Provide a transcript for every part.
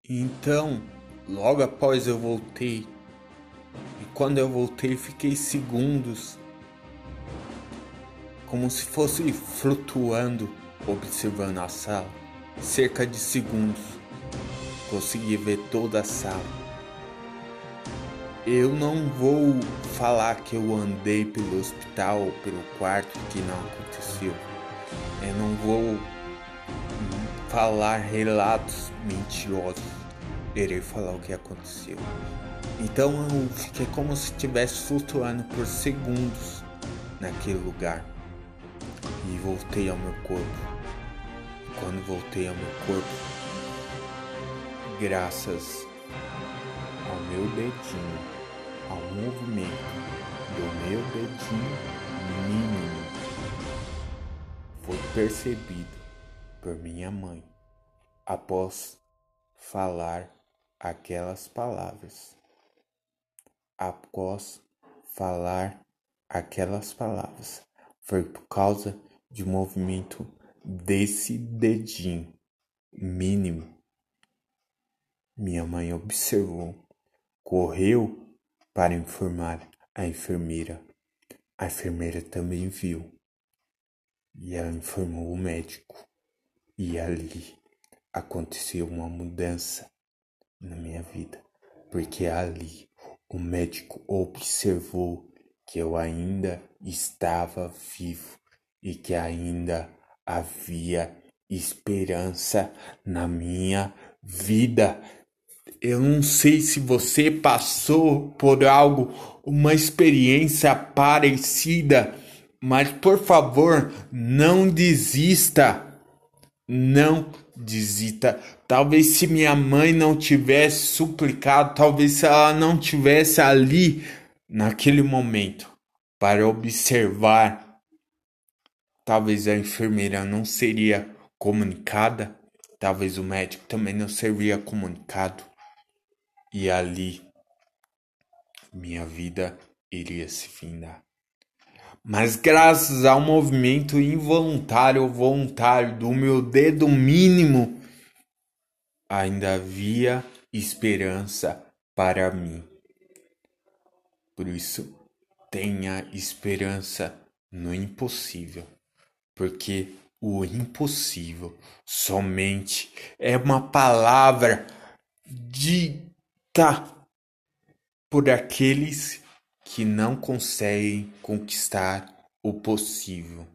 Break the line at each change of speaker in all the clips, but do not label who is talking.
Então, logo após eu voltei, e quando eu voltei, fiquei segundos, como se fosse flutuando, observando a sala. Cerca de segundos, consegui ver toda a sala. Eu não vou falar que eu andei pelo hospital ou pelo quarto, que não aconteceu. Eu não vou falar relatos mentirosos. Irei falar o que aconteceu. Então eu fiquei como se estivesse flutuando por segundos naquele lugar. E voltei ao meu corpo. Quando voltei ao meu corpo, graças ao meu dedinho, ao movimento do meu dedinho mínimo, foi percebido por minha mãe após falar aquelas palavras. Após falar aquelas palavras, foi por causa de um movimento desse dedinho mínimo. Minha mãe observou, correu para informar a enfermeira. A enfermeira também viu e ela informou o médico. E ali aconteceu uma mudança na minha vida, porque ali o médico observou que eu ainda estava vivo e que ainda havia esperança na minha vida. Eu não sei se você passou por algo, uma experiência parecida, mas por favor, não desista. Não desista. Talvez se minha mãe não tivesse suplicado, talvez se ela não tivesse ali naquele momento para observar, talvez a enfermeira não seria comunicada, talvez o médico também não seria comunicado e ali minha vida iria se findar. Mas graças ao movimento involuntário ou voluntário do meu dedo mínimo, ainda havia esperança para mim. Por isso, tenha esperança no impossível, porque o impossível somente é uma palavra dita por aqueles que não conseguem conquistar o possível.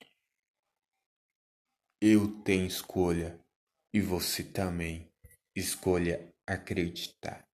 Eu tenho escolha e você também. Escolha acreditar.